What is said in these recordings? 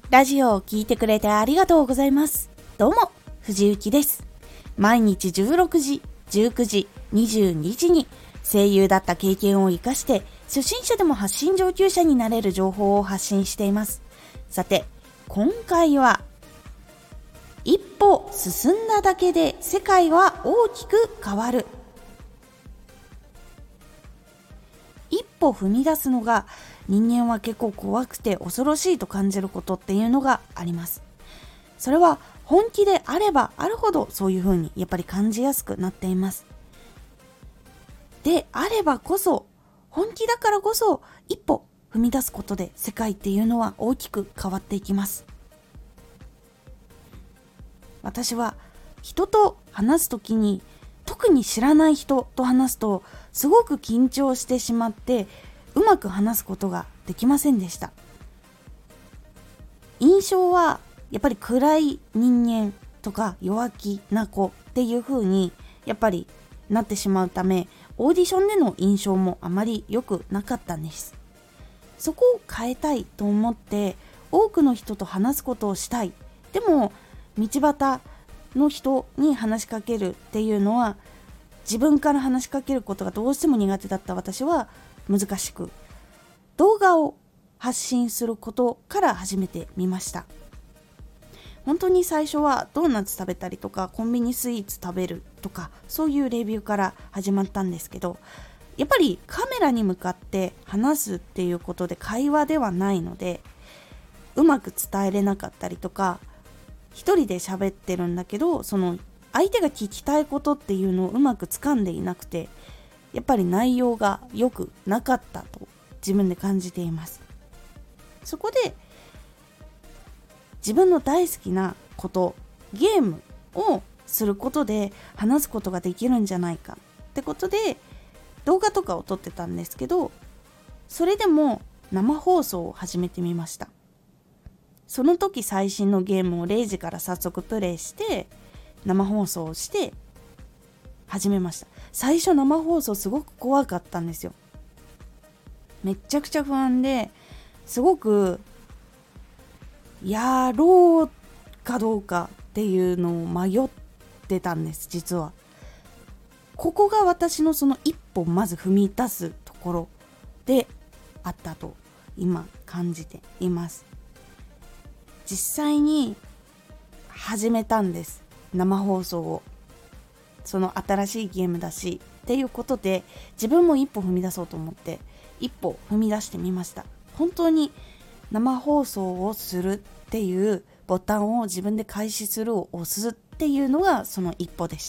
ラジオを聞いてくれてありがとうございます。どうも、藤幸です。毎日16時、19時、22時に声優だった経験を生かして初心者でも発信上級者になれる情報を発信しています。さて、今回は一歩進んだだけで世界は大きく変わる。一歩踏み出すのが人間は結構怖くて恐ろしいと感じることっていうのがあります。それは本気であればあるほどそういうふうにやっぱり感じやすくなっています。であればこそ、本気だからこそ一歩踏み出すことで世界っていうのは大きく変わっていきます。私は人と話すときに、特に知らない人と話すとすごく緊張してしまってうまく話すことができませんでした。印象はやっぱり暗い人間とか弱気な子っていう風にやっぱりなってしまうため、オーディションでの印象もあまり良くなかったんです。そこを変えたいと思って多くの人と話すことをしたい。でも道端の人に話しかけるっていうのは、自分から話しかけることがどうしても苦手だった私は難しく、動画を発信することから始めてみました。本当に最初はドーナツ食べたりとかコンビニスイーツ食べるとか、そういうレビューから始まったんですけど、やっぱりカメラに向かって話すっていうことで会話ではないので、うまく伝えれなかったりとか、一人で喋ってるんだけどその相手が聞きたいことっていうのをうまく掴んでいなくて、やっぱり内容が良くなかったと自分で感じています。そこで自分の大好きなこと、ゲームをすることで話すことができるんじゃないかってことで動画とかを撮ってたんですけど、それでも生放送を始めてみました。その時最新のゲームを0時から早速プレイして生放送をして始めました。最初生放送すごく怖かったんですよ。めっちゃくちゃ不安ですごくやろうかどうかっていうのを迷ってたんです。実はここが私のその一歩まず踏み出すところであったと今感じています。実際に始めたんです、生放送を。その新しいゲームだしっていうことで自分も一歩踏み出そうと思って一歩踏み出してみました。本当に生放送をするっていうボタンを自分で開始するを押すっていうのがその一歩でした。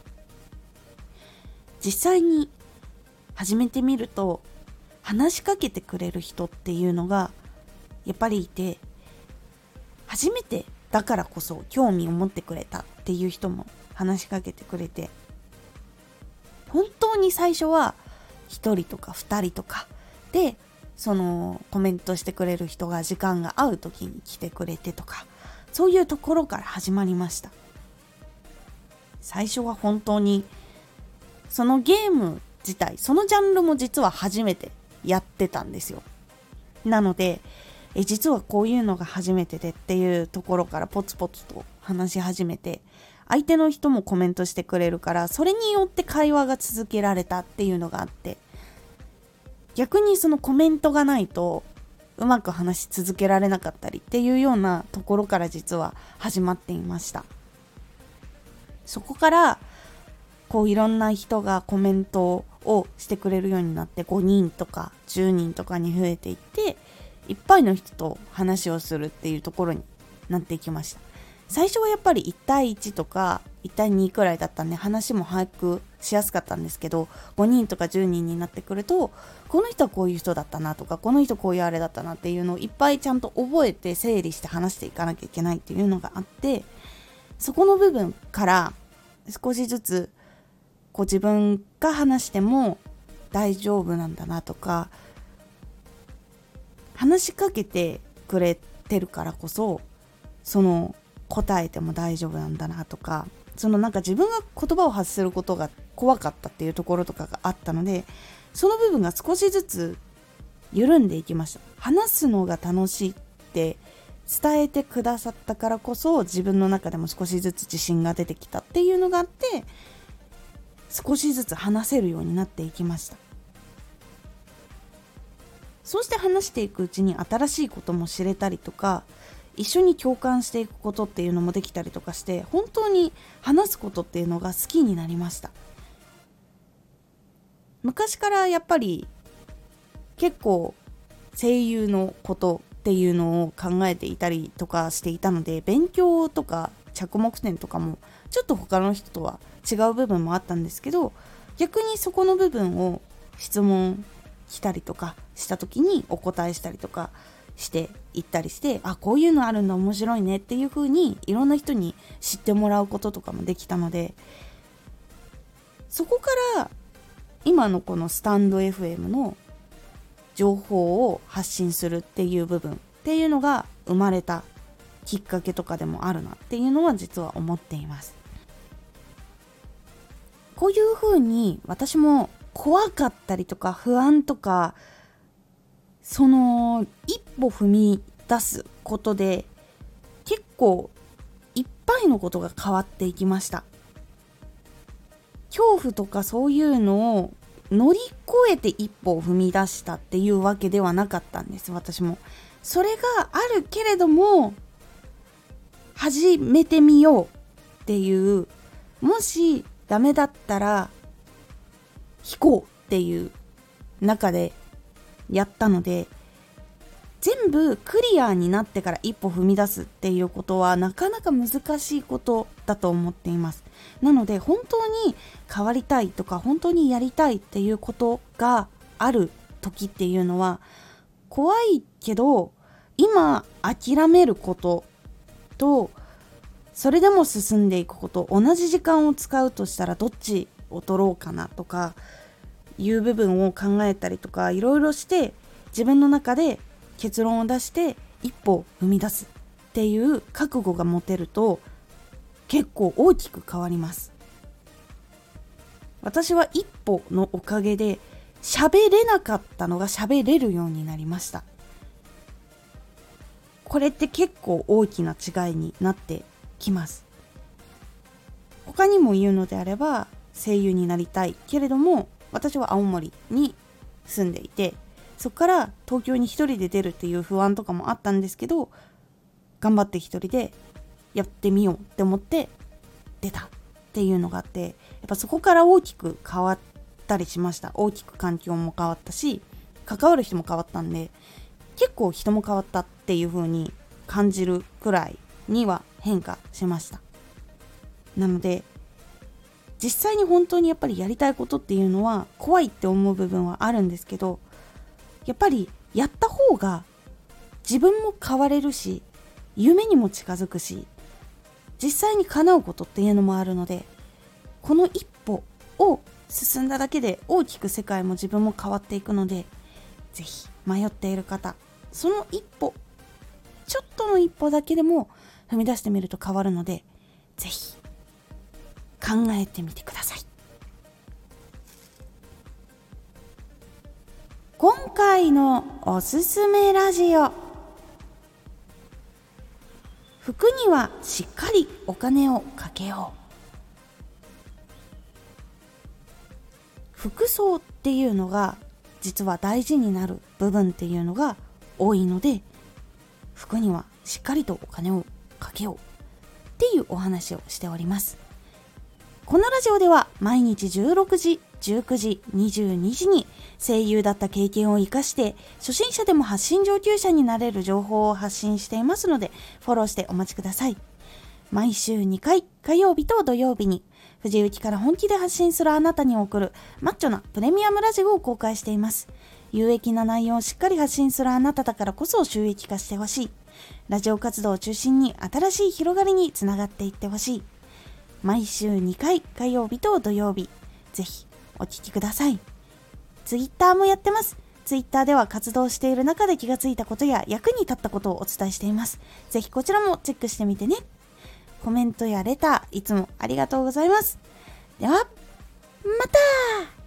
実際に始めてみると話しかけてくれる人っていうのがやっぱりいて、初めてだからこそ興味を持ってくれたっていう人も話しかけてくれて、本当に最初は1人とか2人とかでそのコメントしてくれる人が時間が合う時に来てくれてとか、そういうところから始まりました。最初は本当にそのゲーム自体、そのジャンルも実は初めてやってたんですよ。なので実はこういうのが初めてでっていうところからポツポツと話し始めて、相手の人もコメントしてくれるから、それによって会話が続けられたっていうのがあって、逆にそのコメントがないとうまく話し続けられなかったりっていうようなところから実は始まっていました。そこからこういろんな人がコメントをしてくれるようになって、5人とか10人とかに増えていって、いっぱいの人と話をするっていうところになっていきました。最初はやっぱり1対1とか1対2くらいだったんで話も把握しやすかったんですけど、5人とか10人になってくると、この人はこういう人だったなとか、この人こういうあれだったなっていうのをいっぱいちゃんと覚えて整理して話していかなきゃいけないっていうのがあって、そこの部分から少しずつこう自分が話しても大丈夫なんだなとか、話しかけてくれてるからこそその答えても大丈夫なんだなとか、そのなんか自分が言葉を発することが怖かったっていうところとかがあったので、その部分が少しずつ緩んでいきました。話すのが楽しいって伝えてくださったからこそ自分の中でも少しずつ自信が出てきたっていうのがあって、少しずつ話せるようになっていきました。そうして話していくうちに新しいことも知れたりとか、一緒に共感していくことっていうのもできたりとかして、本当に話すことっていうのが好きになりました。昔からやっぱり結構声優のことっていうのを考えていたりとかしていたので、勉強とか着目点とかもちょっと他の人とは違う部分もあったんですけど、逆にそこの部分を質問来たりとかした時にお答えしたりとかしていったりして、あ、こういうのあるんだ、面白いねっていう風にいろんな人に知ってもらうこととかもできたので、そこから今のこのスタンド FM の情報を発信するっていう部分っていうのが生まれたきっかけとかでもあるなっていうのは実は思っています。こういう風に私も怖かったりとか不安とか、その一歩踏み出すことで結構いっぱいのことが変わっていきました。恐怖とかそういうのを乗り越えて一歩を踏み出したっていうわけではなかったんです。私もそれがあるけれども、始めてみようっていう、もしダメだったら引こうっていう中でやったので、全部クリアになってから一歩踏み出すっていうことはなかなか難しいことだと思っています。なので本当に変わりたいとか本当にやりたいっていうことがある時っていうのは、怖いけど今諦めることとそれでも進んでいくこと、同じ時間を使うとしたらどっちを取ろうかなとかいう部分を考えたりとか、いろいろして自分の中で結論を出して一歩踏み出すっていう覚悟が持てると結構大きく変わります。私は一歩のおかげで喋れなかったのが喋れるようになりました。これって結構大きな違いになってきます。他にも言うのであれば、声優になりたいけれども私は青森に住んでいて、そこから東京に一人で出るっていう不安とかもあったんですけど、頑張って一人でやってみようって思って出たっていうのがあって、やっぱそこから大きく変わったりしました。大きく環境も変わったし、関わる人も変わったんで、結構人も変わったっていう風に感じるくらいには変化しました。なので実際に本当にやっぱりやりたいことっていうのは怖いって思う部分はあるんですけど、やっぱりやった方が自分も変われるし、夢にも近づくし、実際に叶うことっていうのもあるので、この一歩を進んだだけで大きく世界も自分も変わっていくので、ぜひ迷っている方、その一歩、ちょっとの一歩だけでも踏み出してみると変わるので、ぜひ考えてみてください。今回のおすすめラジオ。服にはしっかりお金をかけよう。服装っていうのが実は大事になる部分っていうのが多いので、服にはしっかりとお金をかけようっていうお話をしております。このラジオでは毎日16時、19時、22時に声優だった経験を生かして初心者でも発信上級者になれる情報を発信していますので、フォローしてお待ちください。毎週2回、火曜日と土曜日に藤雪から本気で発信するあなたに送るマッチョなプレミアムラジオを公開しています。有益な内容をしっかり発信するあなただからこそ収益化してほしい。ラジオ活動を中心に新しい広がりにつながっていってほしい。毎週2回、火曜日と土曜日、ぜひお聞きください。ツイッターもやってます。ツイッターでは活動している中で気がついたことや役に立ったことをお伝えしています。ぜひこちらもチェックしてみてね。コメントやレターいつもありがとうございます。ではまた。